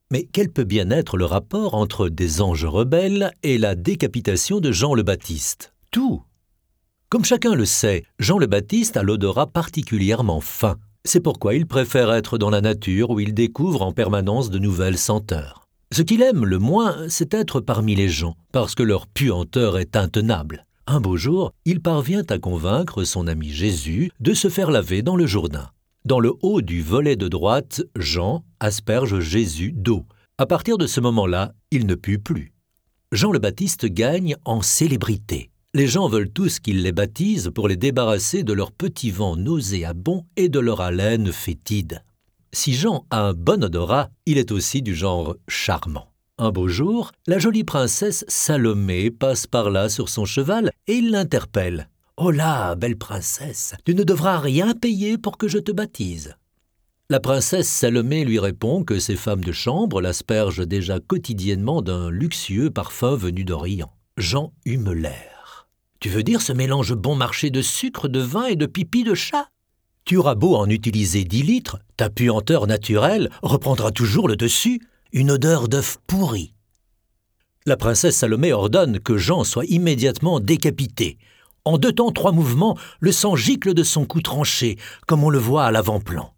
Mais quel peut bien être le rapport entre des anges rebelles et la décapitation de Jean le Baptiste? Tout. Comme chacun le sait, Jean le Baptiste a l'odorat particulièrement fin. C'est pourquoi il préfère être dans la nature où il découvre en permanence de nouvelles senteurs. Ce qu'il aime le moins, c'est être parmi les gens, parce que leur puanteur est intenable. Un beau jour, il parvient à convaincre son ami Jésus de se faire laver dans le Jourdain. Dans le haut du volet de droite, Jean asperge Jésus d'eau. À partir de ce moment-là, il ne pue plus. Jean le Baptiste gagne en célébrité. Les gens veulent tous qu'il les baptise pour les débarrasser de leur petit vent nauséabond et de leur haleine fétide. Si Jean a un bon odorat, il est aussi du genre charmant. Un beau jour, la jolie princesse Salomé passe par là sur son cheval et il l'interpelle. « Oh là, belle princesse, tu ne devras rien payer pour que je te baptise. » La princesse Salomé lui répond que ses femmes de chambre l'aspergent déjà quotidiennement d'un luxueux parfum venu d'Orient. Jean hume l'air. « Tu veux dire ce mélange bon marché de sucre, de vin et de pipi de chat ? Tu auras beau en utiliser 10 litres, ta puanteur naturelle reprendra toujours le dessus, une odeur d'œuf pourri. » La princesse Salomé ordonne que Jean soit immédiatement décapité. En 2 temps 3 mouvements, le sang gicle de son cou tranché, comme on le voit à l'avant-plan.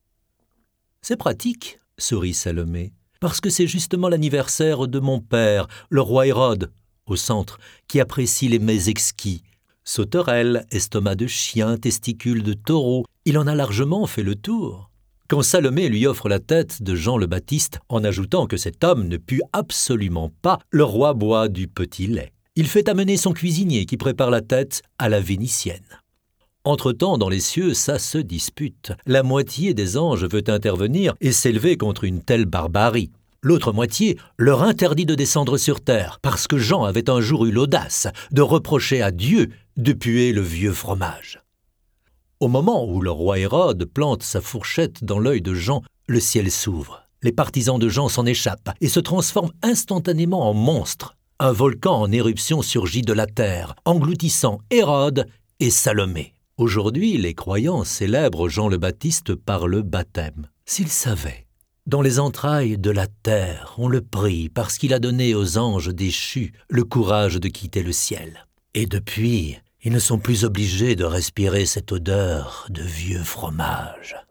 « C'est pratique, » sourit Salomé, « parce que c'est justement l'anniversaire de mon père, le roi Hérode, au centre, qui apprécie les mets exquis. Sauterelles, estomac de chien, testicules de taureau, il en a largement fait le tour. » Quand Salomé lui offre la tête de Jean le Baptiste, en ajoutant que cet homme ne pue absolument pas, le roi boit du petit lait. Il fait amener son cuisinier qui prépare la tête à la vénitienne. Entre-temps, dans les cieux, ça se dispute. La moitié des anges veut intervenir et s'élever contre une telle barbarie. L'autre moitié leur interdit de descendre sur terre, parce que Jean avait un jour eu l'audace de reprocher à Dieu de puer le vieux fromage. Au moment où le roi Hérode plante sa fourchette dans l'œil de Jean, le ciel s'ouvre. Les partisans de Jean s'en échappent et se transforment instantanément en monstres. Un volcan en éruption surgit de la terre, engloutissant Hérode et Salomé. Aujourd'hui, les croyants célèbrent Jean le Baptiste par le baptême. S'ils savaient, dans les entrailles de la terre, on le prie parce qu'il a donné aux anges déchus le courage de quitter le ciel. Et depuis, ils ne sont plus obligés de respirer cette odeur de vieux fromage.